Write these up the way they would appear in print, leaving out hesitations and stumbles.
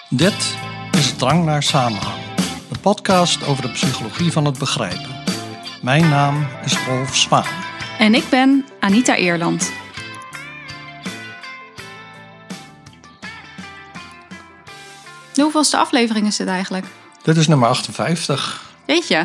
Dit is Drang naar Samenhang, de podcast over de psychologie van het begrijpen. Mijn naam is Rolf Zwaan. En ik ben Anita Eerland. De hoeveelste aflevering is dit eigenlijk? Dit is nummer 58. Jeetje.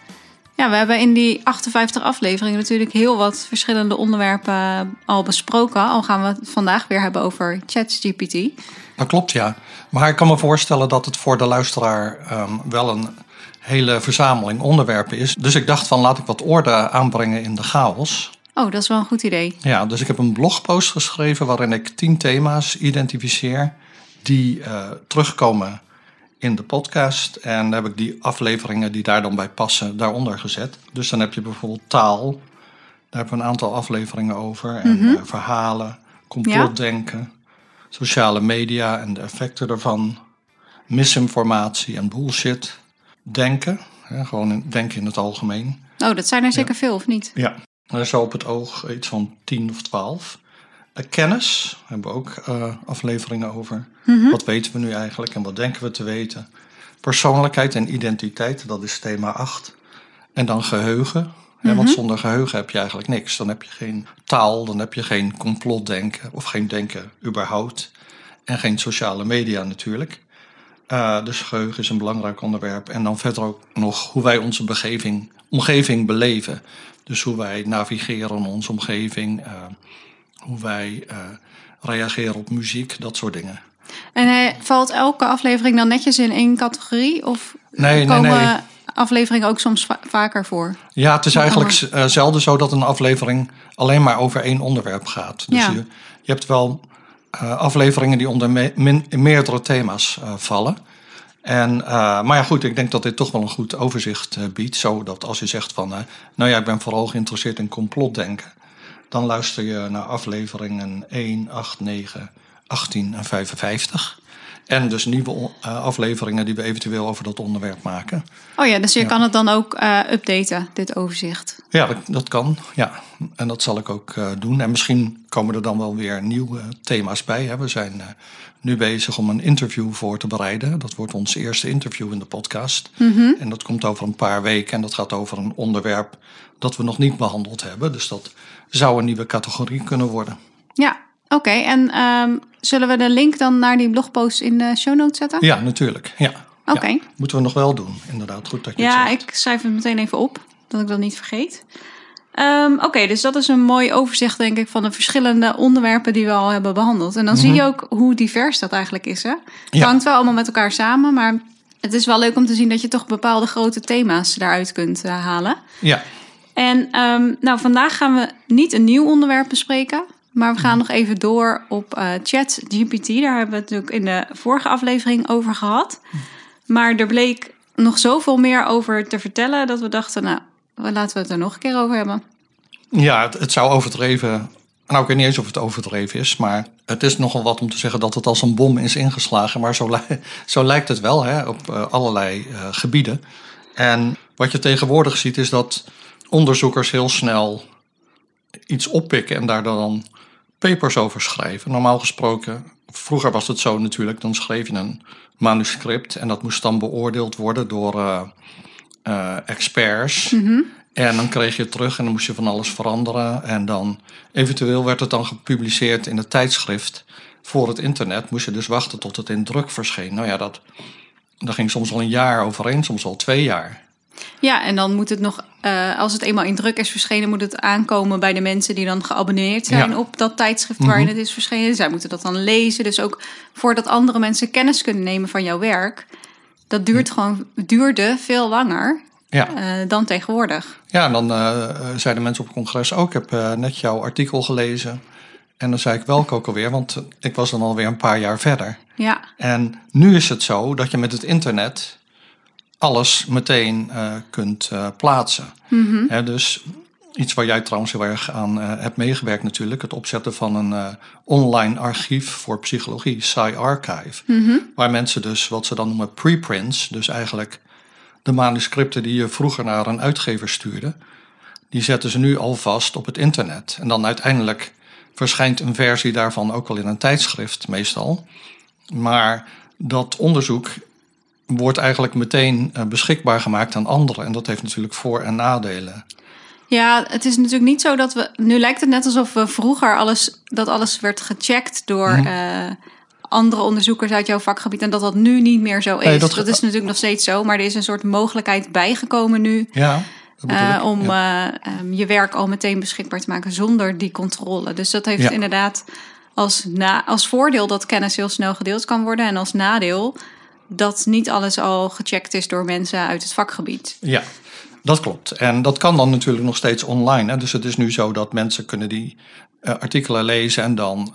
Ja, we hebben in die 58 afleveringen natuurlijk heel wat verschillende onderwerpen al besproken. Al gaan we het vandaag weer hebben over ChatGPT. Dat klopt, ja. Maar ik kan me voorstellen dat het voor de luisteraar wel een hele verzameling onderwerpen is. Dus ik dacht van laat ik wat orde aanbrengen in de chaos. Oh, dat is wel een goed idee. Ja, dus ik heb een blogpost geschreven waarin ik 10 thema's identificeer die terugkomen in de podcast. En dan heb ik die afleveringen die daar dan bij passen daaronder gezet. Dus dan heb je bijvoorbeeld taal. Daar hebben we een aantal afleveringen over. En verhalen, complotdenken, sociale media en de effecten daarvan. Misinformatie en bullshit. Denken, gewoon denken in het algemeen. Oh, dat zijn er zeker veel, of niet? Ja, er is zo op het oog iets van 10 of 12. Kennis, daar hebben we ook afleveringen over. Wat weten we nu eigenlijk en wat denken we te weten? Persoonlijkheid en identiteit, dat is thema 8. En dan geheugen, want zonder geheugen heb je eigenlijk niks. Dan heb je geen taal, dan heb je geen complotdenken of geen denken überhaupt. En geen sociale media natuurlijk. Dus geheugen is een belangrijk onderwerp. En dan verder ook nog hoe wij onze omgeving beleven. Dus hoe wij navigeren in onze omgeving, hoe wij reageren op muziek, dat soort dingen. En valt elke aflevering dan netjes in één categorie? Of Nee. afleveringen ook soms vaker voor? Ja, het is eigenlijk zelden zo dat een aflevering alleen maar over één onderwerp gaat. Dus je hebt wel afleveringen die onder meerdere thema's vallen. Maar ja, goed, ik denk dat dit toch wel een goed overzicht biedt. Zodat als je zegt van, ik ben vooral geïnteresseerd in complotdenken. Dan luister je naar afleveringen 1, 8, 9, 18 en 55. En dus nieuwe afleveringen die we eventueel over dat onderwerp maken. Oh ja, dus je kan het dan ook updaten, dit overzicht? Ja, dat kan. Ja. En dat zal ik ook doen. En misschien komen er dan wel weer nieuwe thema's bij. Hè. We zijn nu bezig om een interview voor te bereiden. Dat wordt ons eerste interview in de podcast. En dat komt over een paar weken. En dat gaat over een onderwerp dat we nog niet behandeld hebben. Dus dat zou een nieuwe categorie kunnen worden. Ja, oké. En zullen we de link dan naar die blogpost in de show notes zetten? Ja, natuurlijk. Ja. Oké. Ja, moeten we nog wel doen. Inderdaad, goed dat je het zegt. zegt. Ja, ik schrijf het meteen even op, dat ik dat niet vergeet. Oké, dus dat is een mooi overzicht, denk ik, van de verschillende onderwerpen die we al hebben behandeld. En dan zie je ook hoe divers dat eigenlijk is. Hè? Het hangt wel allemaal met elkaar samen, maar het is wel leuk om te zien dat je toch bepaalde grote thema's daaruit kunt halen. Ja. En vandaag gaan we niet een nieuw onderwerp bespreken, maar we gaan nog even door op ChatGPT. Daar hebben we het natuurlijk in de vorige aflevering over gehad. Maar er bleek nog zoveel meer over te vertellen dat we dachten, laten we het er nog een keer over hebben. Ja, het zou overdreven. Nou, ik weet niet eens of het overdreven is, maar het is nogal wat om te zeggen dat het als een bom is ingeslagen. Maar zo lijkt het wel, hè, op allerlei gebieden. En wat je tegenwoordig ziet is dat onderzoekers heel snel iets oppikken en daar dan papers over schrijven. Normaal gesproken, vroeger was het zo natuurlijk, dan schreef je een manuscript en dat moest dan beoordeeld worden door experts. En dan kreeg je het terug en dan moest je van alles veranderen. En dan eventueel werd het dan gepubliceerd in het tijdschrift. Voor het internet moest je dus wachten tot het in druk verscheen. Nou ja, daar ging soms al een jaar overheen, soms al 2 jaar. Ja, en dan moet het nog, als het eenmaal in druk is verschenen, moet het aankomen bij de mensen die dan geabonneerd zijn op dat tijdschrift waarin het is verschenen. Zij moeten dat dan lezen. Dus ook voordat andere mensen kennis kunnen nemen van jouw werk. Dat duurde veel langer dan tegenwoordig. Ja, en dan zeiden mensen op het congres ook, ik heb net jouw artikel gelezen. En dan zei ik welke ook alweer, want ik was dan alweer een paar jaar verder. Ja. En nu is het zo dat je met het internet alles meteen kunt plaatsen. Dus iets waar jij trouwens heel erg aan hebt meegewerkt natuurlijk. Het opzetten van een online archief voor psychologie, PsyArchive. Waar mensen dus wat ze dan noemen preprints, dus eigenlijk de manuscripten die je vroeger naar een uitgever stuurde, die zetten ze nu alvast op het internet. En dan uiteindelijk verschijnt een versie daarvan ook wel in een tijdschrift meestal. Maar dat onderzoek wordt eigenlijk meteen beschikbaar gemaakt aan anderen. En dat heeft natuurlijk voor- en nadelen. Ja, het is natuurlijk niet zo dat we... Nu lijkt het net alsof we vroeger alles werd gecheckt door andere onderzoekers uit jouw vakgebied. En dat dat nu niet meer zo is. Nee, dat is natuurlijk nog steeds zo. Maar er is een soort mogelijkheid bijgekomen nu. Ja, om je werk al meteen beschikbaar te maken zonder die controle. Dus dat heeft inderdaad als voordeel dat kennis heel snel gedeeld kan worden. En als nadeel dat niet alles al gecheckt is door mensen uit het vakgebied. Ja, dat klopt. En dat kan dan natuurlijk nog steeds online. Hè? Dus het is nu zo dat mensen kunnen die artikelen lezen en dan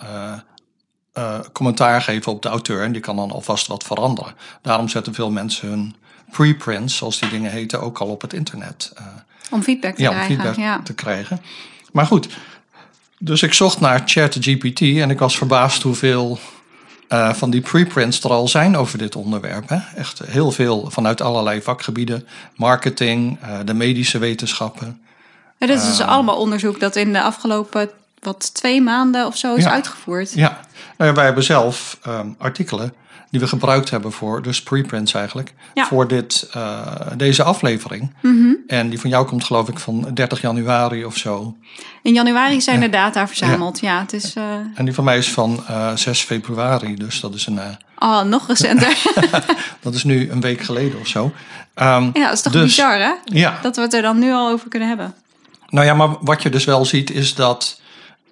commentaar geven op de auteur. En die kan dan alvast wat veranderen. Daarom zetten veel mensen hun preprints, zoals die dingen heten, ook al op het internet. Om feedback te krijgen. Om feedback te krijgen. Maar goed, dus ik zocht naar ChatGPT en ik was verbaasd hoeveel van die preprints er al zijn over dit onderwerp. Hè? Echt heel veel vanuit allerlei vakgebieden. Marketing, de medische wetenschappen. Ja, dit is dus allemaal onderzoek dat in de afgelopen 2 maanden of zo is uitgevoerd. Ja, wij hebben zelf artikelen die we gebruikt hebben voor, dus preprints eigenlijk, voor deze aflevering. Mm-hmm. En die van jou komt geloof ik van 30 januari of zo. In januari zijn de data verzameld, het is... En die van mij is van 6 februari, dus dat is een... nog recenter. Dat is nu een week geleden of zo. Dat is toch bizar, hè? Ja. Dat we het er dan nu al over kunnen hebben. Nou ja, maar wat je dus wel ziet is dat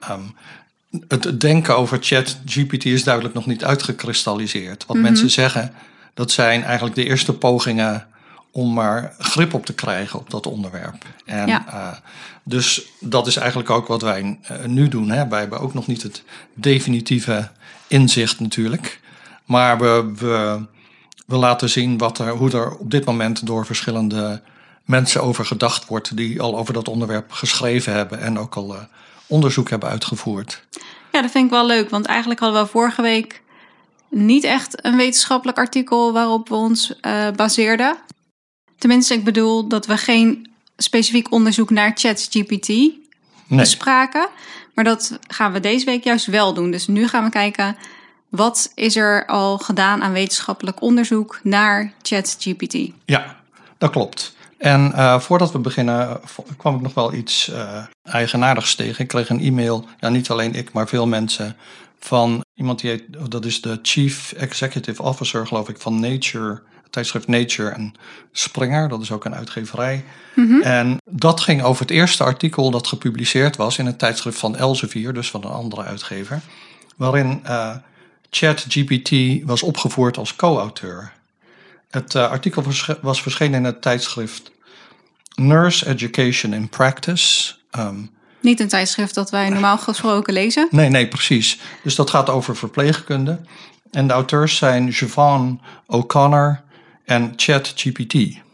het denken over ChatGPT is duidelijk nog niet uitgekristalliseerd. Wat mensen zeggen, dat zijn eigenlijk de eerste pogingen om maar grip op te krijgen op dat onderwerp. En dus dat is eigenlijk ook wat wij nu doen. Hè. Wij hebben ook nog niet het definitieve inzicht natuurlijk. Maar we laten zien hoe er op dit moment door verschillende mensen over gedacht wordt die al over dat onderwerp geschreven hebben en ook al onderzoek hebben uitgevoerd. Ja, dat vind ik wel leuk, want eigenlijk hadden we vorige week niet echt een wetenschappelijk artikel waarop we ons baseerden. Tenminste, ik bedoel dat we geen specifiek onderzoek naar ChatGPT bespraken. Maar dat gaan we deze week juist wel doen. Dus nu gaan we kijken, wat is er al gedaan aan wetenschappelijk onderzoek naar ChatGPT? Ja, dat klopt. En voordat we beginnen kwam ik nog wel iets eigenaardigs tegen. Ik kreeg een e-mail, niet alleen ik, maar veel mensen, van iemand die heet, dat is de Chief Executive Officer, geloof ik, van Nature, het tijdschrift Nature en Springer, dat is ook een uitgeverij. Mm-hmm. En dat ging over het eerste artikel dat gepubliceerd was in het tijdschrift van Elsevier, dus van een andere uitgever, waarin ChatGPT was opgevoerd als co-auteur. Het artikel was verschenen in het tijdschrift Nurse Education in Practice. Niet een tijdschrift dat wij normaal gesproken lezen? Nee, precies. Dus dat gaat over verpleegkunde. En de auteurs zijn Siobhan O'Connor en ChatGPT.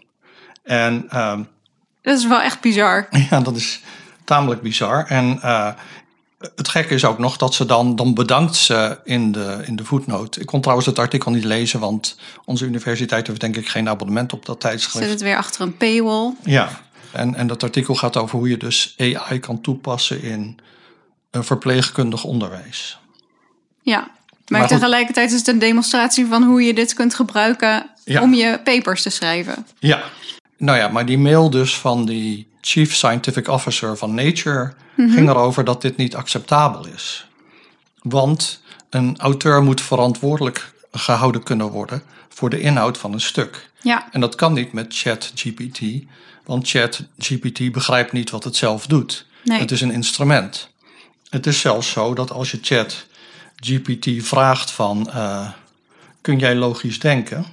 En dat is wel echt bizar. Ja, dat is tamelijk bizar. En het gekke is ook nog dat ze dan bedankt ze in de voetnoot. Ik kon trouwens het artikel niet lezen, want onze universiteit heeft denk ik geen abonnement op dat tijdschrift. Zit het weer achter een paywall? Ja, en dat artikel gaat over hoe je dus AI kan toepassen in verpleegkundig onderwijs. Ja, maar tegelijkertijd is het een demonstratie van hoe je dit kunt gebruiken om je papers te schrijven. Ja, nou ja, maar die mail dus van die Chief Scientific Officer van Nature ging erover dat dit niet acceptabel is. Want een auteur moet verantwoordelijk gehouden kunnen worden voor de inhoud van een stuk. Ja. En dat kan niet met ChatGPT, want ChatGPT begrijpt niet wat het zelf doet. Nee. Het is een instrument. Het is zelfs zo dat als je ChatGPT vraagt van, kun jij logisch denken?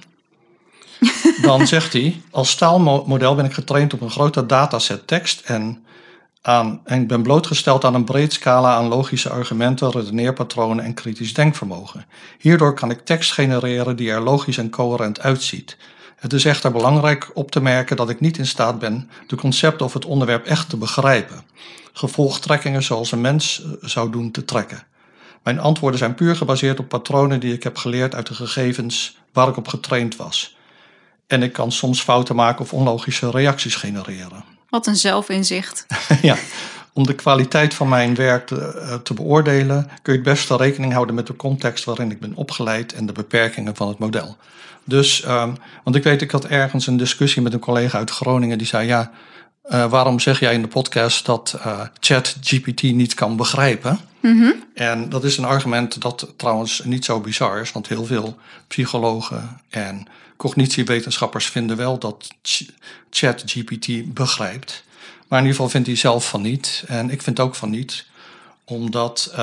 Dan zegt hij, als taalmodel ben ik getraind op een grote dataset tekst en ik ben blootgesteld aan een breed scala aan logische argumenten, redeneerpatronen en kritisch denkvermogen. Hierdoor kan ik tekst genereren die er logisch en coherent uitziet. Het is echter belangrijk op te merken dat ik niet in staat ben de concepten of het onderwerp echt te begrijpen. Gevolgtrekkingen zoals een mens zou doen te trekken. Mijn antwoorden zijn puur gebaseerd op patronen die ik heb geleerd uit de gegevens waar ik op getraind was. En ik kan soms fouten maken of onlogische reacties genereren. Wat een zelfinzicht. Ja, om de kwaliteit van mijn werk te beoordelen, kun je het beste rekening houden met de context waarin ik ben opgeleid en de beperkingen van het model. Dus, want ik had ergens een discussie met een collega uit Groningen die zei, waarom zeg jij in de podcast dat ChatGPT niet kan begrijpen? Mm-hmm. En dat is een argument dat trouwens niet zo bizar is, want heel veel psychologen en cognitiewetenschappers vinden wel dat ChatGPT begrijpt. Maar in ieder geval vindt hij zelf van niet. En ik vind ook van niet. Omdat,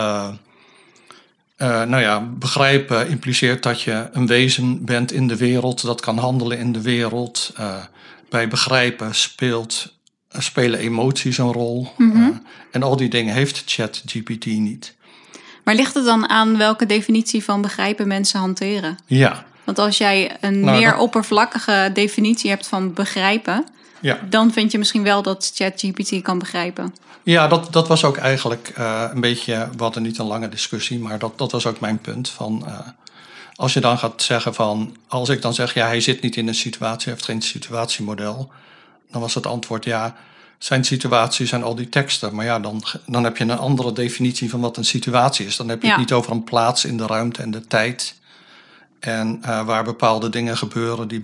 begrijpen impliceert dat je een wezen bent in de wereld. Dat kan handelen in de wereld. Bij begrijpen spelen emoties een rol. Mm-hmm. En al die dingen heeft ChatGPT niet. Maar ligt het dan aan welke definitie van begrijpen mensen hanteren? Ja. Want als jij een meer oppervlakkige definitie hebt van begrijpen, dan vind je misschien wel dat ChatGPT kan begrijpen. Ja, dat was ook eigenlijk een beetje, we hadden niet een lange discussie, maar dat was ook mijn punt. Van, als je dan gaat zeggen van, als ik dan zeg, hij zit niet in een situatie, hij heeft geen situatiemodel, dan was het antwoord zijn situatie zijn al die teksten. Maar dan heb je een andere definitie van wat een situatie is. Dan heb je het niet over een plaats in de ruimte en de tijd. En waar bepaalde dingen gebeuren die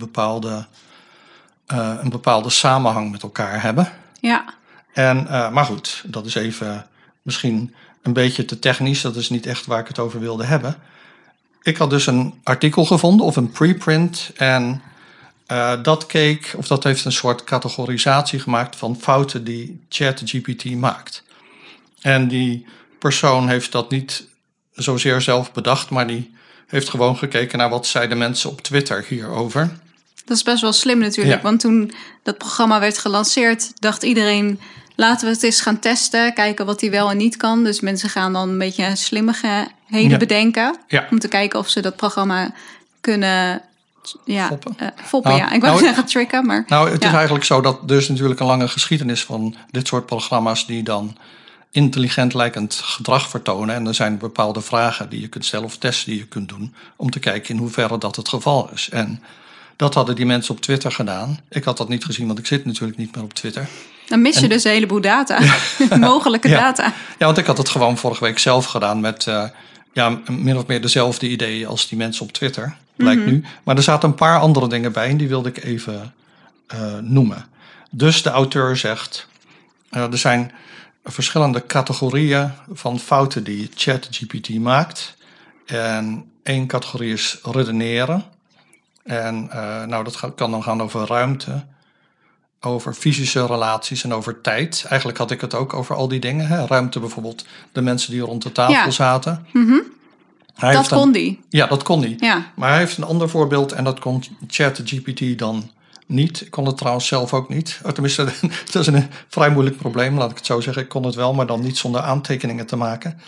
een bepaalde samenhang met elkaar hebben. Ja. En, maar goed, dat is even misschien een beetje te technisch. Dat is niet echt waar ik het over wilde hebben. Ik had dus een artikel gevonden of een preprint. En dat heeft een soort categorisatie gemaakt van fouten die ChatGPT maakt. En die persoon heeft dat niet zozeer zelf bedacht, maar die heeft gewoon gekeken naar wat zeiden mensen op Twitter hierover. Dat is best wel slim natuurlijk, want toen dat programma werd gelanceerd, dacht iedereen, laten we het eens gaan testen, kijken wat hij wel en niet kan. Dus mensen gaan dan een beetje slimmigheden bedenken, om te kijken of ze dat programma kunnen foppen. Ik wou zeggen tricken, maar... Nou, het is eigenlijk zo dat er is natuurlijk een lange geschiedenis van dit soort programma's die dan intelligent lijkend gedrag vertonen. En er zijn bepaalde vragen die je kunt stellen of tests die je kunt doen om te kijken in hoeverre dat het geval is. En dat hadden die mensen op Twitter gedaan. Ik had dat niet gezien, want ik zit natuurlijk niet meer op Twitter. Dan mis je dus een heleboel data, mogelijke data. Ja, want ik had het gewoon vorige week zelf gedaan met min of meer dezelfde ideeën als die mensen op Twitter, blijkt nu. Maar er zaten een paar andere dingen bij en die wilde ik even noemen. Dus de auteur zegt, er zijn verschillende categorieën van fouten die ChatGPT maakt. En één categorie is redeneren. En dat kan dan gaan over ruimte, over fysische relaties en over tijd. Eigenlijk had ik het ook over al die dingen. Hè? Ruimte bijvoorbeeld, de mensen die rond de tafel zaten. Mm-hmm. Dat kon die. Ja, dat kon die. Ja. Maar hij heeft een ander voorbeeld en dat kon ChatGPT dan niet. Ik kon het trouwens zelf ook niet. Tenminste, het is een vrij moeilijk probleem, laat ik het zo zeggen. Ik kon het wel, maar dan niet zonder aantekeningen te maken.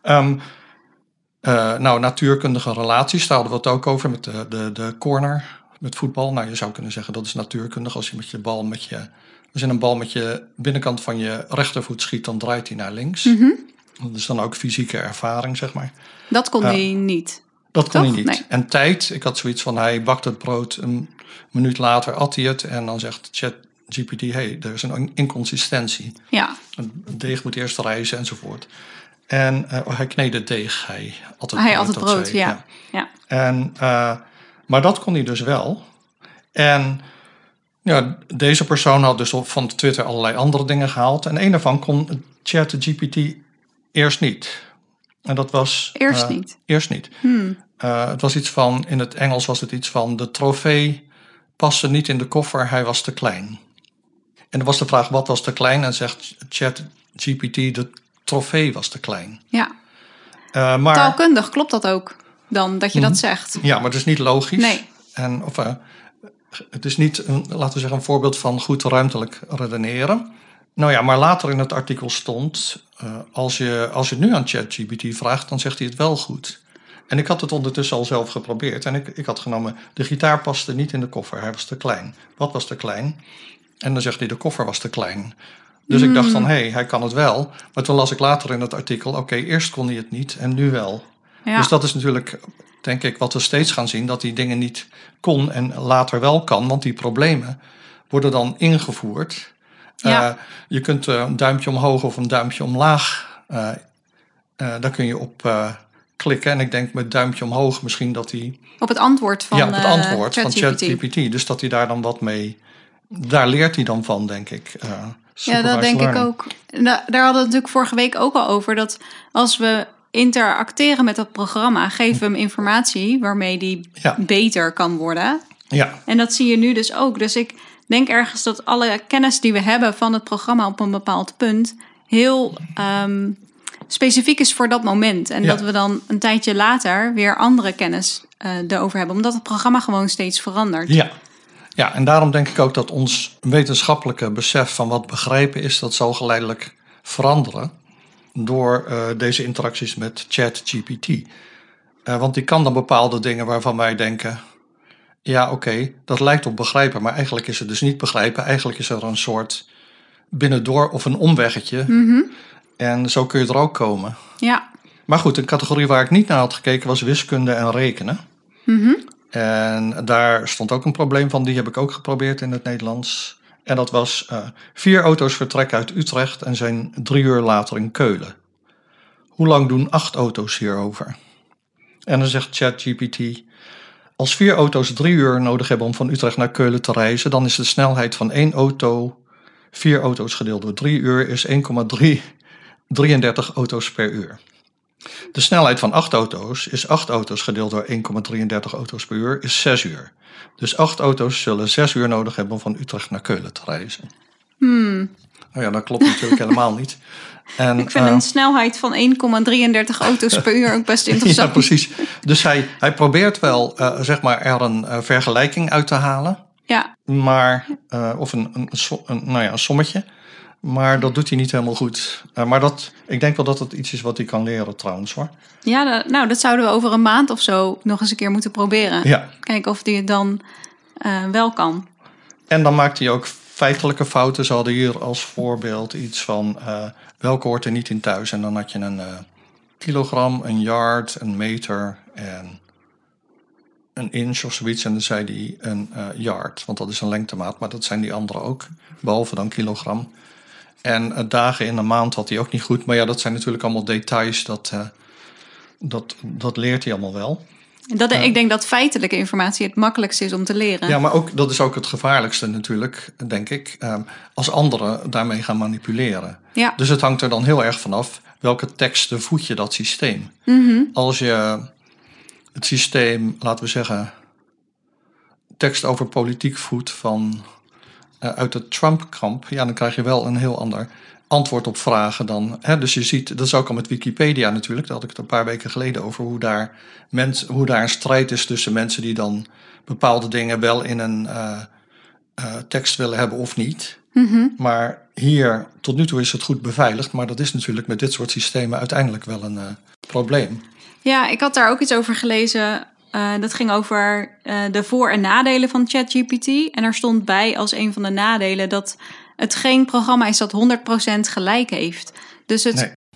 Natuurkundige relaties, daar hadden we het ook over met de corner, met voetbal. Nou, je zou kunnen zeggen dat is natuurkundig. Als je een bal met je binnenkant van je rechtervoet schiet, dan draait hij naar links. Mm-hmm. Dat is dan ook fysieke ervaring, zeg maar. Dat kon hij niet. Dat kon hij niet. Nee. En tijd, ik had zoiets van, hij bakt het brood, een minuut later at hij het. En dan zegt ChatGPT, er is een inconsistentie. Ja. Een deeg moet eerst rijzen enzovoort. En hij kneed het deeg, hij at het brood. Ja. En, maar dat kon hij dus wel. En deze persoon had dus van Twitter allerlei andere dingen gehaald. En een daarvan kon ChatGPT eerst niet. En dat was... Eerst niet. Het was iets van, in het Engels was het iets van, de trofee paste niet in de koffer, hij was te klein. En dan was de vraag, wat was te klein? En zegt ChatGPT, de trofee was te klein. Ja. Maar taalkundig klopt dat ook dan, dat je dat zegt? Ja, maar het is niet logisch. Nee. Het is niet, laten we zeggen, een voorbeeld van goed ruimtelijk redeneren. Nou ja, maar later in het artikel stond, als je het nu aan ChatGPT vraagt, dan zegt hij het wel goed. En ik had het ondertussen al zelf geprobeerd. En ik had genomen, de gitaar paste niet in de koffer, hij was te klein. Wat was te klein? En dan zegt hij, de koffer was te klein. Dus ik dacht van, hij kan het wel. Maar toen las ik later in het artikel, eerst kon hij het niet en nu wel. Ja. Dus dat is natuurlijk, denk ik, wat we steeds gaan zien, dat die dingen niet kon en later wel kan. Want die problemen worden dan ingevoerd. Je kunt een duimpje omhoog of een duimpje omlaag. Daar kun je op klikken. En ik denk met duimpje omhoog misschien dat hij... Op het antwoord van ChatGPT. Dus dat hij daar dan wat mee... Daar leert hij dan van, denk ik. Ja, dat denk ik ook. Daar hadden we het natuurlijk vorige week ook al over. Dat als we interacteren met dat programma, geven we hem informatie waarmee die beter kan worden. Ja. En dat zie je nu dus ook. Dus ik denk ergens dat alle kennis die we hebben van het programma op een bepaald punt heel specifiek is voor dat moment. En dat we dan een tijdje later weer andere kennis erover hebben. Omdat het programma gewoon steeds verandert. Ja, en daarom denk ik ook dat ons wetenschappelijke besef van wat begrijpen is, dat zal geleidelijk veranderen door deze interacties met ChatGPT. Want die kan dan bepaalde dingen waarvan wij denken, ja oké, dat lijkt op begrijpen, maar eigenlijk is het dus niet begrijpen. Eigenlijk is er een soort binnendoor of een omweggetje. Mm-hmm. En zo kun je er ook komen. Ja. Maar goed, een categorie waar ik niet naar had gekeken was wiskunde en rekenen. Mm-hmm. En daar stond ook een probleem van, die heb ik ook geprobeerd in het Nederlands. En dat was 4 auto's vertrekken uit Utrecht en zijn 3 uur later in Keulen. Hoe lang doen 8 auto's hierover? En dan zegt ChatGPT, als 4 auto's 3 uur nodig hebben om van Utrecht naar Keulen te reizen, dan is de snelheid van 1 auto, 4 auto's gedeeld door 3 uur, is 1,33 auto's per uur. De snelheid van 8 auto's is 8 auto's gedeeld door 1,33 auto's per uur, is 6 uur. Dus 8 auto's zullen 6 uur nodig hebben om van Utrecht naar Keulen te reizen. Nou ja, dat klopt natuurlijk helemaal niet. En, ik vind een snelheid van 1,33 auto's per uur ook best interessant. Ja, precies. Dus hij probeert wel zeg maar er een vergelijking uit te halen. Ja. Maar, of een sommetje. Maar dat doet hij niet helemaal goed. Maar ik denk wel dat het iets is wat hij kan leren trouwens hoor. Ja, dat zouden we over een maand of zo nog eens een keer moeten proberen. Ja. Kijken of hij het dan wel kan. En dan maakt hij ook feitelijke fouten. Ze hadden hier als voorbeeld iets van welke hoort er niet in thuis. En dan had je een kilogram, een yard, een meter en een inch of zoiets. En dan zei hij een yard, want dat is een lengtemaat. Maar dat zijn die andere ook, behalve dan kilogram. En dagen in een maand had hij ook niet goed. Maar ja, dat zijn natuurlijk allemaal details. Dat leert hij allemaal wel. Ik denk dat feitelijke informatie het makkelijkste is om te leren. Ja, maar dat is ook het gevaarlijkste natuurlijk, denk ik. Als anderen daarmee gaan manipuleren. Ja. Dus het hangt er dan heel erg vanaf welke teksten voed je dat systeem. Mm-hmm. Als je het systeem, laten we zeggen, tekst over politiek voedt van uit het Trump-kamp, ja, dan krijg je wel een heel ander antwoord op vragen dan. Dus je ziet, dat is ook al met Wikipedia natuurlijk, daar had ik het een paar weken geleden over, hoe daar een strijd is tussen mensen die dan bepaalde dingen wel in een tekst willen hebben of niet. Mm-hmm. Maar hier, tot nu toe is het goed beveiligd, maar dat is natuurlijk met dit soort systemen uiteindelijk wel een probleem. Ja, ik had daar ook iets over gelezen. Dat ging over de voor- en nadelen van ChatGPT. En er stond bij als een van de nadelen dat het geen programma is dat 100% gelijk heeft. Dus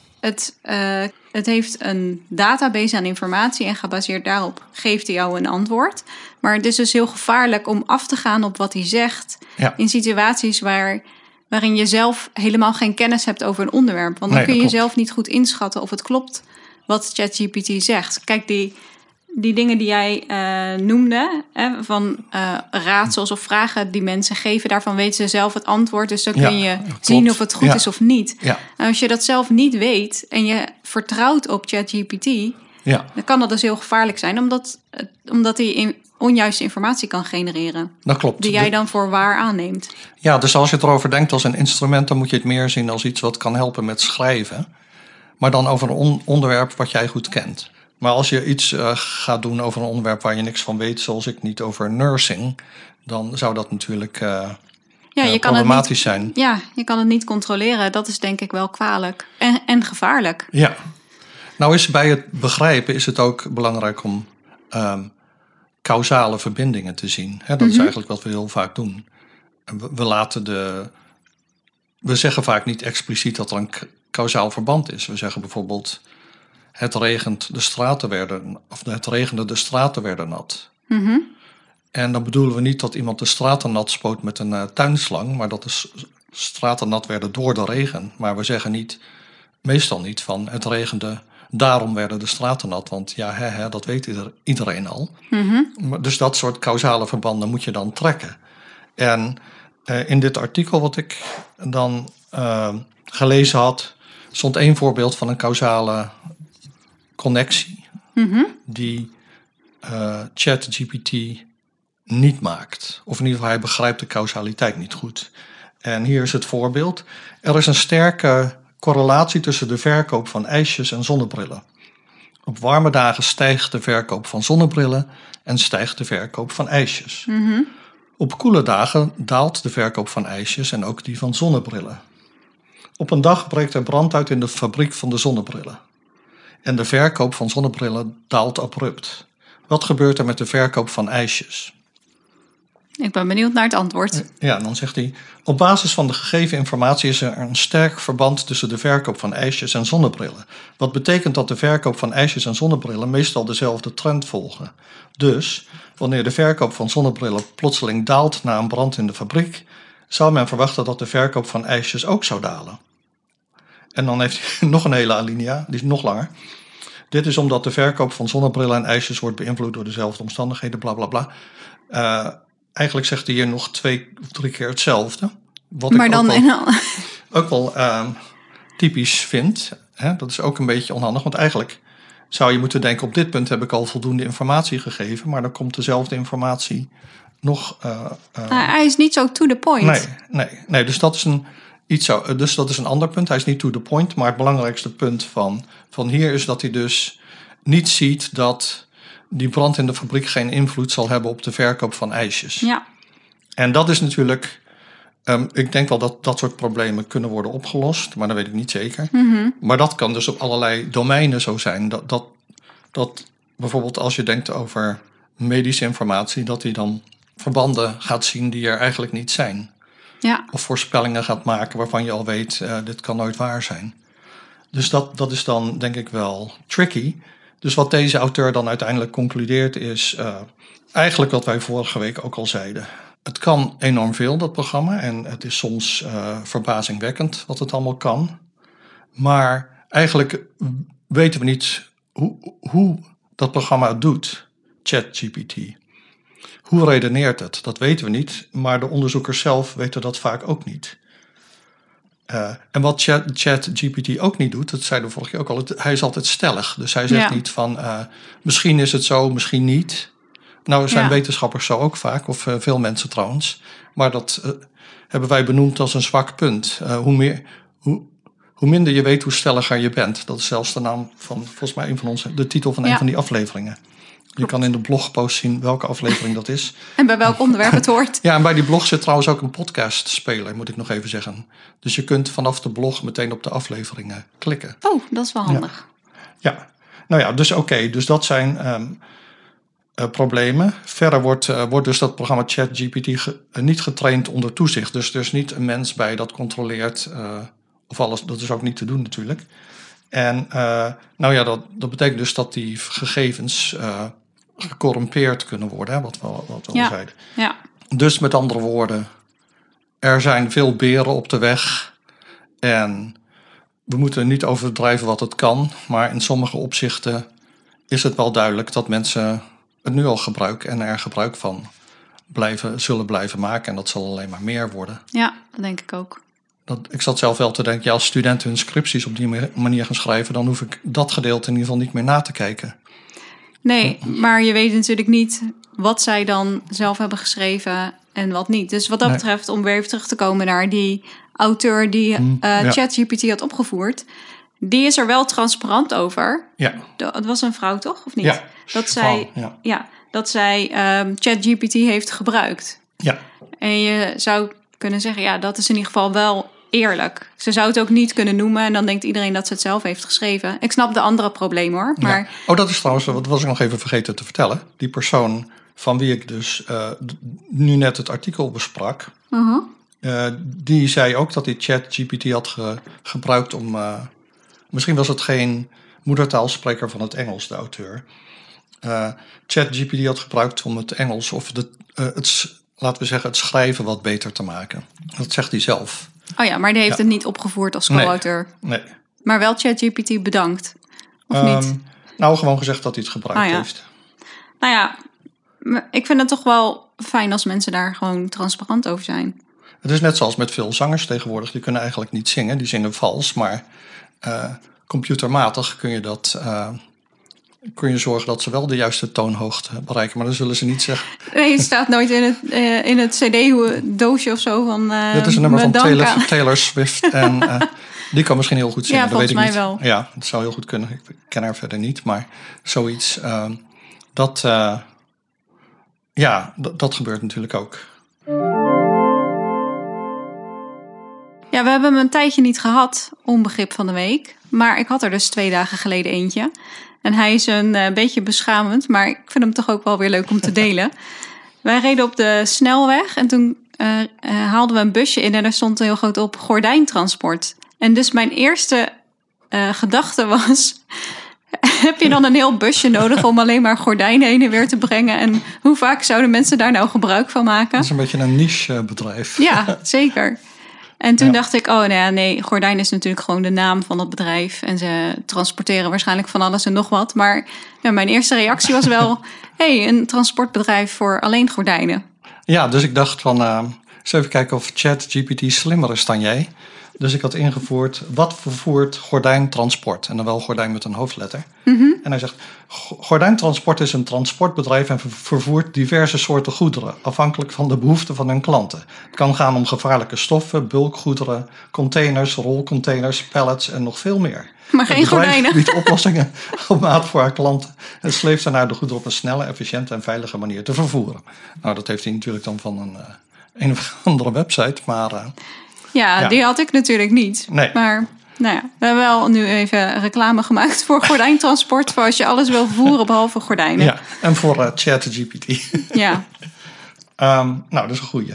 het heeft een database aan informatie en gebaseerd daarop geeft hij jou een antwoord. Maar het is dus heel gevaarlijk om af te gaan op wat hij zegt in situaties waarin je zelf helemaal geen kennis hebt over een onderwerp. Want dan kun je zelf niet goed inschatten of het klopt wat ChatGPT zegt. Kijk, die dingen die jij noemde, van raadsels of vragen die mensen geven, daarvan weten ze zelf het antwoord. Dus dan kun je zien of het goed is of niet. Ja. En als je dat zelf niet weet en je vertrouwt op ChatGPT, dan kan dat dus heel gevaarlijk zijn, omdat hij onjuiste informatie kan genereren. Dat klopt. Die jij dan voor waar aanneemt. Ja, dus als je erover denkt als een instrument, dan moet je het meer zien als iets wat kan helpen met schrijven. Maar dan over een onderwerp wat jij goed kent. Maar als je iets gaat doen over een onderwerp waar je niks van weet, zoals ik niet over nursing, dan zou dat natuurlijk problematisch zijn. Ja, je kan het niet controleren. Dat is denk ik wel kwalijk en gevaarlijk. Ja. Nou is bij het begrijpen is het ook belangrijk om causale verbindingen te zien. Dat is eigenlijk wat we heel vaak doen. We zeggen vaak niet expliciet dat er een causaal verband is. We zeggen bijvoorbeeld, het regende, de straten werden nat. Mm-hmm. En dan bedoelen we niet dat iemand de straten nat spoot met een tuinslang, maar dat is straten nat werden door de regen. Maar we zeggen meestal niet van het regende, daarom werden de straten nat. Want ja, dat weet iedereen al. Dus dat soort causale verbanden moet je dan trekken. En in dit artikel wat ik dan gelezen had, stond 1 voorbeeld van een causale connectie die ChatGPT niet maakt. Of in ieder geval, hij begrijpt de causaliteit niet goed. En hier is het voorbeeld. Er is een sterke correlatie tussen de verkoop van ijsjes en zonnebrillen. Op warme dagen stijgt de verkoop van zonnebrillen en stijgt de verkoop van ijsjes. Op koele dagen daalt de verkoop van ijsjes en ook die van zonnebrillen. Op een dag breekt er brand uit in de fabriek van de zonnebrillen. En de verkoop van zonnebrillen daalt abrupt. Wat gebeurt er met de verkoop van ijsjes? Ik ben benieuwd naar het antwoord. Ja, dan zegt hij: op basis van de gegeven informatie is er een sterk verband tussen de verkoop van ijsjes en zonnebrillen. Wat betekent dat de verkoop van ijsjes en zonnebrillen meestal dezelfde trend volgen. Dus, wanneer de verkoop van zonnebrillen plotseling daalt na een brand in de fabriek, zou men verwachten dat de verkoop van ijsjes ook zou dalen. En dan heeft hij nog een hele alinea, die is nog langer. Dit is omdat de verkoop van zonnebrillen en ijsjes wordt beïnvloed door dezelfde omstandigheden, bla bla bla. Eigenlijk zegt hij hier nog 2 of 3 keer hetzelfde. Wat maar ik dan ook wel typisch vind. Hè? Dat is ook een beetje onhandig. Want eigenlijk zou je moeten denken, op dit punt heb ik al voldoende informatie gegeven. Maar dan komt dezelfde informatie nog... hij is niet zo to the point. Nee, dus dat is een ander punt. Hij is niet to the point. Maar het belangrijkste punt van hier is dat hij dus niet ziet dat die brand in de fabriek geen invloed zal hebben op de verkoop van ijsjes. Ja. En dat is natuurlijk... ik denk wel dat dat soort problemen kunnen worden opgelost, maar dat weet ik niet zeker. Maar dat kan dus op allerlei domeinen zo zijn. Dat bijvoorbeeld als je denkt over medische informatie, dat hij dan verbanden gaat zien die er eigenlijk niet zijn. Ja. Of voorspellingen gaat maken waarvan je al weet, dit kan nooit waar zijn. Dus dat is dan denk ik wel tricky. Dus wat deze auteur dan uiteindelijk concludeert is eigenlijk wat wij vorige week ook al zeiden. Het kan enorm veel, dat programma. En het is soms verbazingwekkend wat het allemaal kan. Maar eigenlijk weten we niet hoe dat programma het doet, ChatGPT. Hoe redeneert het? Dat weten we niet. Maar de onderzoekers zelf weten dat vaak ook niet. En wat ChatGPT ook niet doet, dat zeiden we vorige keer ook al, hij is altijd stellig. Dus hij zegt niet van, misschien is het zo, misschien niet. Nou zijn wetenschappers zo ook vaak, of veel mensen trouwens. Maar dat hebben wij benoemd als een zwak punt. Hoe minder je weet, hoe stelliger je bent. Dat is zelfs de naam van, volgens mij, de titel van een van die afleveringen. Je kan in de blogpost zien welke aflevering dat is. En bij welk onderwerp het hoort. Ja, en bij die blog zit trouwens ook een podcast-speler, moet ik nog even zeggen. Dus je kunt vanaf de blog meteen op de afleveringen klikken. Oh, dat is wel handig. Ja. Nou ja, dus oké. Dus dat zijn problemen. Verder wordt dus dat programma ChatGPT niet getraind onder toezicht. Dus er is niet een mens bij dat controleert of alles. Dat is ook niet te doen natuurlijk. En dat betekent dus dat die gegevens gecorrumpeerd kunnen worden, hè, wat we al zeiden. Ja. Dus met andere woorden, er zijn veel beren op de weg en we moeten niet overdrijven wat het kan, maar in sommige opzichten is het wel duidelijk dat mensen het nu al gebruiken en er gebruik van zullen blijven maken en dat zal alleen maar meer worden. Ja, dat denk ik ook. Ik zat zelf wel te denken, als studenten hun scripties op die manier gaan schrijven, dan hoef ik dat gedeelte in ieder geval niet meer na te kijken. Nee, maar je weet natuurlijk niet wat zij dan zelf hebben geschreven en wat niet. Dus wat dat betreft, om weer even terug te komen naar die auteur die ChatGPT had opgevoerd, die is er wel transparant over. Ja. Het was een vrouw, toch? Of niet? Ja, dat zij ChatGPT heeft gebruikt. Ja. En je zou kunnen zeggen, dat is in ieder geval wel eerlijk. Ze zou het ook niet kunnen noemen en dan denkt iedereen dat ze het zelf heeft geschreven. Ik snap de andere problemen hoor. Maar... Ja. Oh, dat is trouwens, wat was ik nog even vergeten te vertellen. Die persoon van wie ik dus nu net het artikel besprak, die zei ook dat hij ChatGPT had gebruikt om... misschien was het geen moedertaalspreker van het Engels, de auteur. ChatGPT had gebruikt om het Engels of laten we zeggen het schrijven wat beter te maken. Dat zegt hij zelf. Oh ja, maar die heeft het niet opgevoerd als co-auteur. Nee. Maar wel ChatGPT bedankt, of niet? Nou, gewoon gezegd dat hij het gebruikt heeft. Nou ja, ik vind het toch wel fijn als mensen daar gewoon transparant over zijn. Het is net zoals met veel zangers tegenwoordig. Die kunnen eigenlijk niet zingen, die zingen vals. Maar computermatig kun je zorgen dat ze wel de juiste toonhoogte bereiken. Maar dan zullen ze niet zeggen... Nee, het staat nooit in het cd-doosje of zo van... Dit is een nummer van Taylor Swift. En die kan misschien heel goed zingen. Ja, volgens mij niet. Wel. Ja, dat zou heel goed kunnen. Ik ken haar verder niet. Maar zoiets, dat gebeurt natuurlijk ook. Ja, we hebben hem een tijdje niet gehad, onbegrip van de week. Maar ik had er dus 2 dagen geleden eentje. En hij is een beetje beschamend, maar ik vind hem toch ook wel weer leuk om te delen. Wij reden op de snelweg en toen haalden we een busje in en er stond heel groot op gordijntransport. En dus mijn eerste gedachte was... Heb je dan een heel busje nodig om alleen maar gordijnen heen en weer te brengen? En hoe vaak zouden mensen daar nou gebruik van maken? Dat is een beetje een niche bedrijf. Ja, zeker. En toen dacht ik, nee, gordijn is natuurlijk gewoon de naam van het bedrijf. En ze transporteren waarschijnlijk van alles en nog wat. Maar mijn eerste reactie was wel... een transportbedrijf voor alleen gordijnen. Ja, dus ik dacht van... eens even kijken of ChatGPT slimmer is dan jij. Dus ik had ingevoerd, wat vervoert gordijntransport? En dan wel gordijn met een hoofdletter. Mm-hmm. En hij zegt, gordijntransport is een transportbedrijf... en vervoert diverse soorten goederen... afhankelijk van de behoeften van hun klanten. Het kan gaan om gevaarlijke stoffen, bulkgoederen... containers, rolcontainers, pallets en nog veel meer. Maar geen gordijnen. Het biedt oplossingen op maat voor haar klanten... en sleept daarna de goederen op een snelle, efficiënte en veilige manier te vervoeren. Nou, dat heeft hij natuurlijk dan van een of andere website, maar... Ja, die had ik natuurlijk niet. Nee. Maar we hebben wel nu even reclame gemaakt voor gordijntransport... voor als je alles wil vervoeren behalve gordijnen. Ja, en voor ChatGPT. Ja. Dat is een goeie.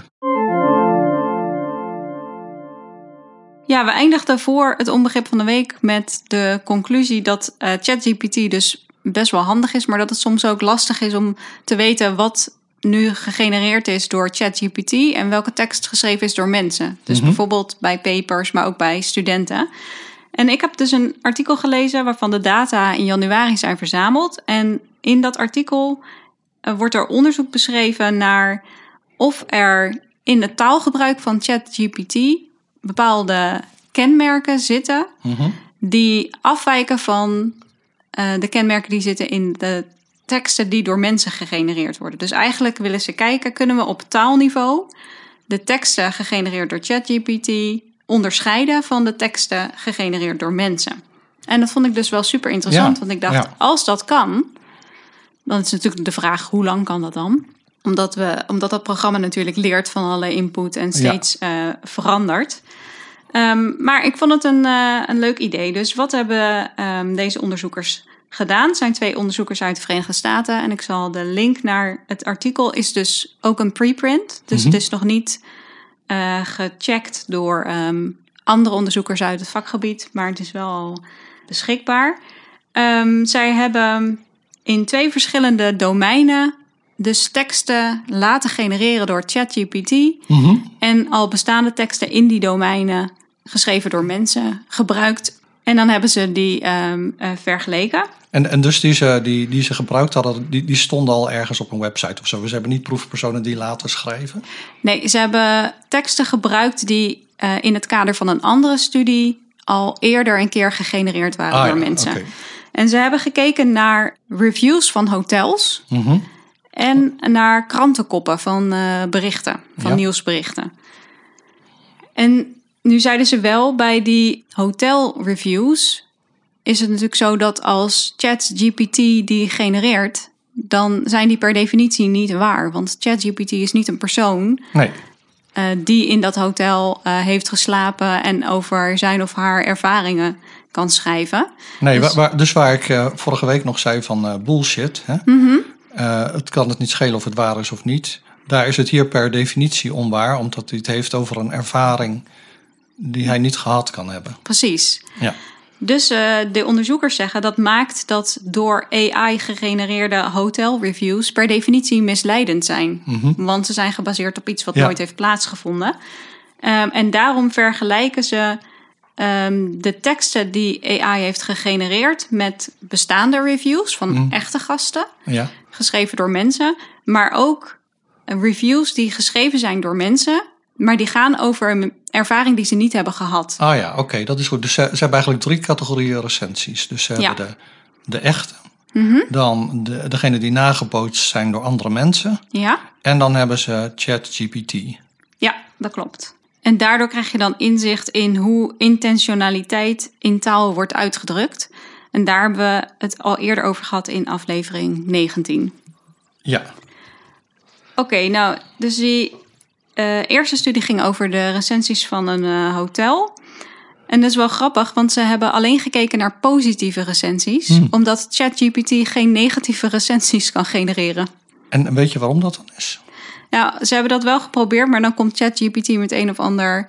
Ja, we eindigden voor het onbegrip van de week met de conclusie dat ChatGPT dus best wel handig is... maar dat het soms ook lastig is om te weten wat... nu gegenereerd is door ChatGPT en welke tekst geschreven is door mensen. Dus bijvoorbeeld bij papers, maar ook bij studenten. En ik heb dus een artikel gelezen waarvan de data in januari zijn verzameld. En in dat artikel wordt er onderzoek beschreven naar of er in het taalgebruik van ChatGPT bepaalde kenmerken zitten die afwijken van de kenmerken die zitten in de teksten die door mensen gegenereerd worden. Dus eigenlijk willen ze kijken, kunnen we op taalniveau de teksten gegenereerd door ChatGPT onderscheiden van de teksten gegenereerd door mensen. En dat vond ik dus wel super interessant, want ik dacht, als dat kan, dan is natuurlijk de vraag, hoe lang kan dat dan? Omdat dat programma natuurlijk leert van alle input en steeds verandert. Maar ik vond het een leuk idee. Dus wat hebben deze onderzoekers gedaan? Het zijn 2 onderzoekers uit de Verenigde Staten. En ik zal de link naar het artikel is dus ook een preprint. Dus het is nog niet gecheckt door andere onderzoekers uit het vakgebied. Maar het is wel al beschikbaar. Zij hebben in 2 verschillende domeinen dus teksten laten genereren door ChatGPT. En al bestaande teksten in die domeinen geschreven door mensen gebruikt. En dan hebben ze die vergeleken. En dus die ze gebruikt hadden, die stonden al ergens op een website of zo. Ze hebben niet proefpersonen die laten schrijven? Nee, ze hebben teksten gebruikt die in het kader van een andere studie al eerder een keer gegenereerd waren door mensen. Okay. En ze hebben gekeken naar reviews van hotels en naar krantenkoppen van berichten, van nieuwsberichten. En nu zeiden ze wel, bij die hotelreviews is het natuurlijk zo dat als ChatGPT die genereert, dan zijn die per definitie niet waar. Want ChatGPT is niet een persoon die in dat hotel heeft geslapen en over zijn of haar ervaringen kan schrijven. Nee, dus waar ik vorige week nog zei van bullshit. Hè? Het kan het niet schelen of het waar is of niet. Daar is het hier per definitie onwaar, omdat hij het heeft over een ervaring die hij niet gehad kan hebben. Precies. Ja. Dus de onderzoekers zeggen dat maakt dat door AI gegenereerde hotelreviews per definitie misleidend zijn. Want ze zijn gebaseerd op iets wat nooit heeft plaatsgevonden. En daarom vergelijken ze de teksten die AI heeft gegenereerd met bestaande reviews van echte gasten, geschreven door mensen, maar ook reviews die geschreven zijn door mensen, maar die gaan over een ervaring die ze niet hebben gehad. Ah ja, oké, dat is goed. Dus ze hebben eigenlijk 3 categorieën recensies. Dus ze hebben de echte, dan degene die nagebootst zijn door andere mensen. Ja. En dan hebben ze ChatGPT. Ja, dat klopt. En daardoor krijg je dan inzicht in hoe intentionaliteit in taal wordt uitgedrukt. En daar hebben we het al eerder over gehad in aflevering 19. Ja. Oké, nou, dus die eerste studie ging over de recensies van een hotel. En dat is wel grappig, want ze hebben alleen gekeken naar positieve recensies. Omdat ChatGPT geen negatieve recensies kan genereren. En weet je waarom dat dan is? Ja, ze hebben dat wel geprobeerd, maar dan komt ChatGPT met een of ander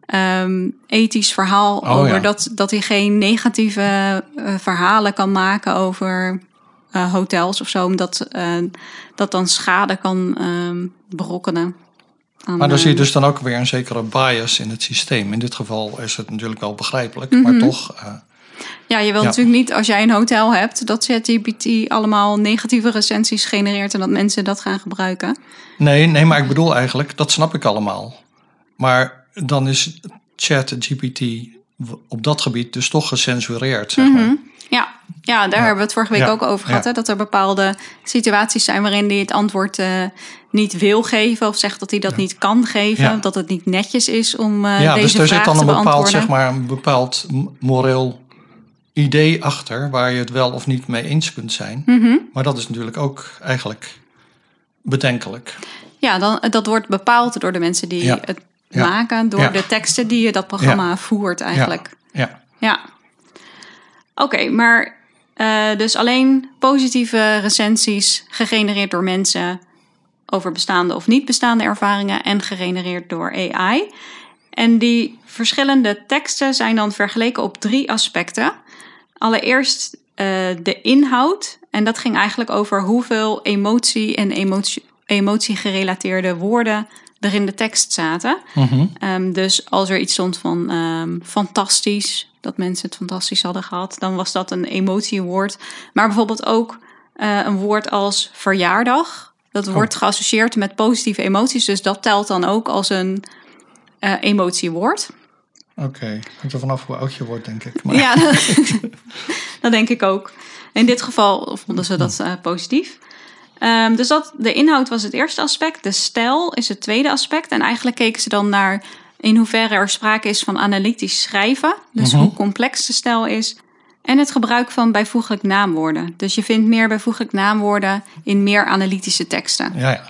ethisch verhaal over dat hij geen negatieve verhalen kan maken over hotels of zo, omdat dat dan schade kan berokkenen. Maar dan zie je dus dan ook weer een zekere bias in het systeem. In dit geval is het natuurlijk wel begrijpelijk, maar toch. Ja, je wilt natuurlijk niet, als jij een hotel hebt, dat ChatGPT allemaal negatieve recensies genereert en dat mensen dat gaan gebruiken. Nee, maar ik bedoel eigenlijk, dat snap ik allemaal. Maar dan is ChatGPT op dat gebied dus toch gecensureerd, zeg maar. Ja, daar hebben we het vorige week ook over gehad. Hè, dat er bepaalde situaties zijn waarin hij het antwoord niet wil geven, of zegt dat hij dat niet kan geven. Dat het niet netjes is om deze vraag te beantwoorden. Ja, dus er zit dan een bepaald moreel idee achter waar je het wel of niet mee eens kunt zijn. Maar dat is natuurlijk ook eigenlijk bedenkelijk. Ja, dat wordt bepaald door de mensen die het maken, door de teksten die je dat programma voert eigenlijk. Ja. Oké, maar dus alleen positieve recensies gegenereerd door mensen over bestaande of niet bestaande ervaringen en gegenereerd door AI. En die verschillende teksten zijn dan vergeleken op 3 aspecten. Allereerst de inhoud. En dat ging eigenlijk over hoeveel emotie en emotiegerelateerde woorden er in de tekst zaten. Dus als er iets stond van fantastisch, dat mensen het fantastisch hadden gehad, dan was dat een emotiewoord. Maar bijvoorbeeld ook een woord als verjaardag. Dat wordt geassocieerd met positieve emoties. Dus dat telt dan ook als een emotiewoord. Oké, hangt er vanaf hoe oud je wordt, denk ik. Maar... Ja, dat denk ik ook. In dit geval vonden ze dat positief. Dus de inhoud was het eerste aspect. De stijl is het tweede aspect. En eigenlijk keken ze dan naar in hoeverre er sprake is van analytisch schrijven. Dus hoe complex de stijl is. En het gebruik van bijvoeglijk naamwoorden. Dus je vindt meer bijvoeglijk naamwoorden in meer analytische teksten. Ja.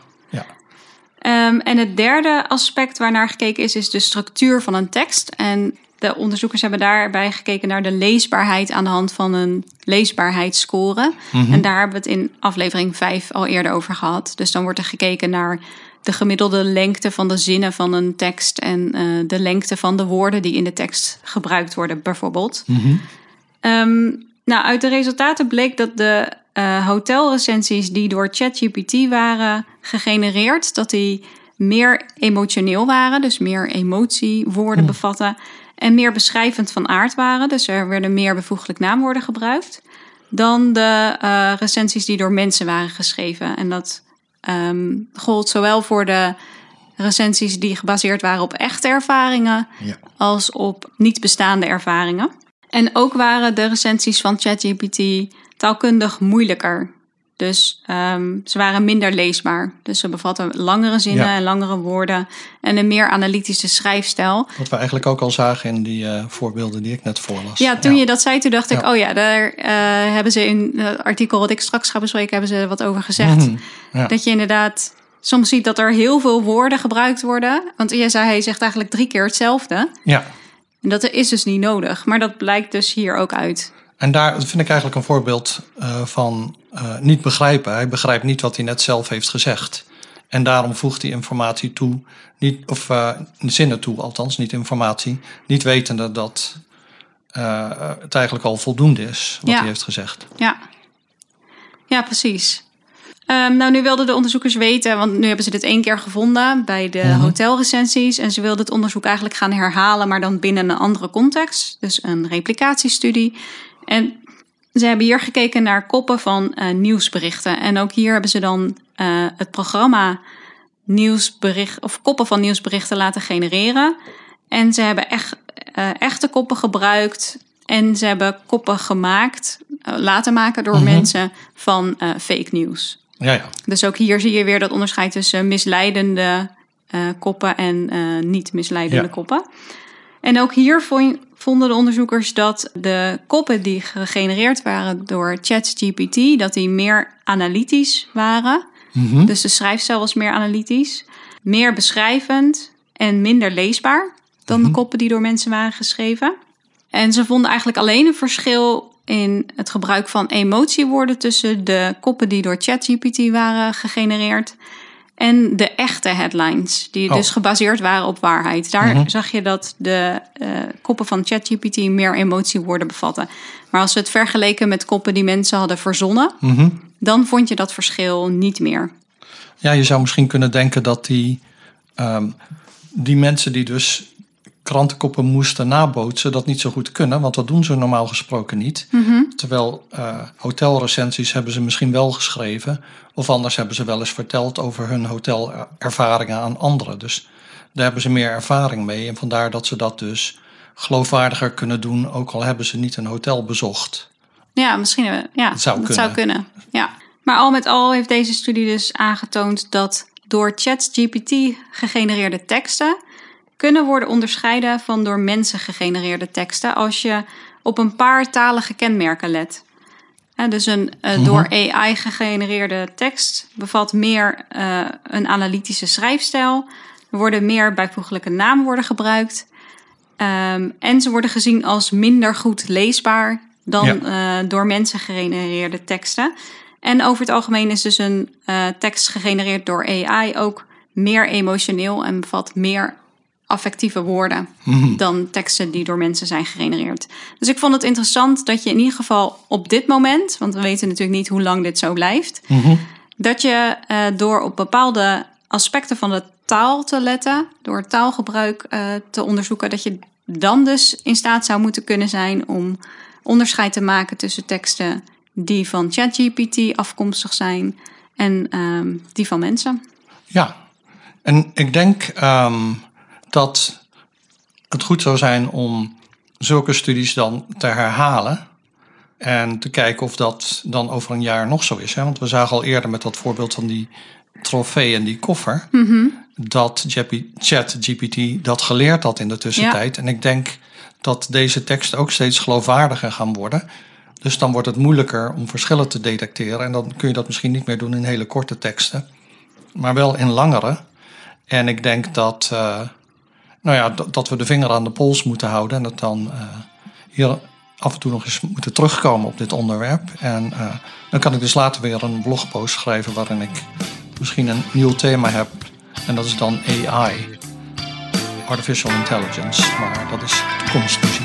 En het derde aspect waarnaar gekeken is de structuur van een tekst. En de onderzoekers hebben daarbij gekeken naar de leesbaarheid aan de hand van een leesbaarheidsscore. En daar hebben we het in aflevering 5 al eerder over gehad. Dus dan wordt er gekeken naar de gemiddelde lengte van de zinnen van een tekst en de lengte van de woorden die in de tekst gebruikt worden, bijvoorbeeld. Uit de resultaten bleek dat de hotelrecensies die door ChatGPT waren gegenereerd, dat die meer emotioneel waren, dus meer emotiewoorden bevatten, en meer beschrijvend van aard waren, dus er werden meer bijvoeglijk naamwoorden gebruikt, dan de recensies die door mensen waren geschreven. En dat gold zowel voor de recensies die gebaseerd waren op echte ervaringen, als op niet bestaande ervaringen. En ook waren de recensies van ChatGPT taalkundig moeilijker. Dus ze waren minder leesbaar. Dus ze bevatten langere zinnen en langere woorden en een meer analytische schrijfstijl. Wat we eigenlijk ook al zagen in die voorbeelden die ik net voorlas. Ja, toen je dat zei, toen dacht ik, daar hebben ze in het artikel wat ik straks ga bespreken, hebben ze wat over gezegd. Dat je inderdaad soms ziet dat er heel veel woorden gebruikt worden. Want hij zegt eigenlijk 3 keer hetzelfde. Ja. En dat is dus niet nodig. Maar dat blijkt dus hier ook uit. En daar vind ik eigenlijk een voorbeeld van niet begrijpen. Hij begrijpt niet wat hij net zelf heeft gezegd. En daarom voegt hij informatie toe, zinnen toe althans, niet informatie. Niet wetende dat het eigenlijk al voldoende is wat hij heeft gezegd. Ja, precies. Nu wilden de onderzoekers weten, want nu hebben ze dit 1 keer gevonden bij de hotelrecensies. En ze wilden het onderzoek eigenlijk gaan herhalen, maar dan binnen een andere context. Dus een replicatiestudie. En ze hebben hier gekeken naar koppen van nieuwsberichten. En ook hier hebben ze dan het programma nieuwsbericht of koppen van nieuwsberichten laten genereren. En ze hebben echte koppen gebruikt. En ze hebben koppen laten maken door mensen van fake nieuws. Ja. Dus ook hier zie je weer dat onderscheid tussen misleidende koppen en niet misleidende koppen. En ook hier vonden de onderzoekers dat de koppen die gegenereerd waren door ChatGPT, dat die meer analytisch waren. Dus de schrijfstijl was meer analytisch, meer beschrijvend en minder leesbaar dan de koppen die door mensen waren geschreven. En ze vonden eigenlijk alleen een verschil in het gebruik van emotiewoorden tussen de koppen die door ChatGPT waren gegenereerd en de echte headlines, die dus gebaseerd waren op waarheid. Daar zag je dat de koppen van ChatGPT meer emotiewoorden bevatten. Maar als we het vergeleken met koppen die mensen hadden verzonnen, dan vond je dat verschil niet meer. Ja, je zou misschien kunnen denken dat die mensen die dus krantenkoppen moesten nabootsen, dat niet zo goed kunnen, want dat doen ze normaal gesproken niet. Terwijl hotelrecensies hebben ze misschien wel geschreven, of anders hebben ze wel eens verteld over hun hotelervaringen aan anderen. Dus daar hebben ze meer ervaring mee en vandaar dat ze dat dus geloofwaardiger kunnen doen, ook al hebben ze niet een hotel bezocht. Ja, misschien. Ja, dat zou kunnen. Ja. Maar al met al heeft deze studie dus aangetoond dat door ChatGPT gegenereerde teksten kunnen worden onderscheiden van door mensen gegenereerde teksten als je op een paar talige kenmerken let. Dus een door AI gegenereerde tekst bevat meer een analytische schrijfstijl. Er worden meer bijvoeglijke naamwoorden gebruikt. En ze worden gezien als minder goed leesbaar dan door mensen gegenereerde teksten. En over het algemeen is dus een tekst gegenereerd door AI ook meer emotioneel en bevat meer affectieve woorden dan teksten die door mensen zijn gegenereerd. Dus ik vond het interessant dat je in ieder geval op dit moment, want we weten natuurlijk niet hoe lang dit zo blijft, dat je door op bepaalde aspecten van de taal te letten, door taalgebruik te onderzoeken, dat je dan dus in staat zou moeten kunnen zijn om onderscheid te maken tussen teksten die van ChatGPT afkomstig zijn en die van mensen. Ja, en ik denk dat het goed zou zijn om zulke studies dan te herhalen en te kijken of dat dan over een jaar nog zo is. Hè? Want we zagen al eerder met dat voorbeeld van die trofee en die koffer, dat ChatGPT dat geleerd had in de tussentijd. Ja. En ik denk dat deze teksten ook steeds geloofwaardiger gaan worden. Dus dan wordt het moeilijker om verschillen te detecteren. En dan kun je dat misschien niet meer doen in hele korte teksten, maar wel in langere. En ik denk dat dat we de vinger aan de pols moeten houden en dat dan hier af en toe nog eens moeten terugkomen op dit onderwerp. En dan kan ik dus later weer een blogpost schrijven waarin ik misschien een nieuw thema heb. En dat is dan AI, Artificial Intelligence. Maar dat is toekomstmuziek.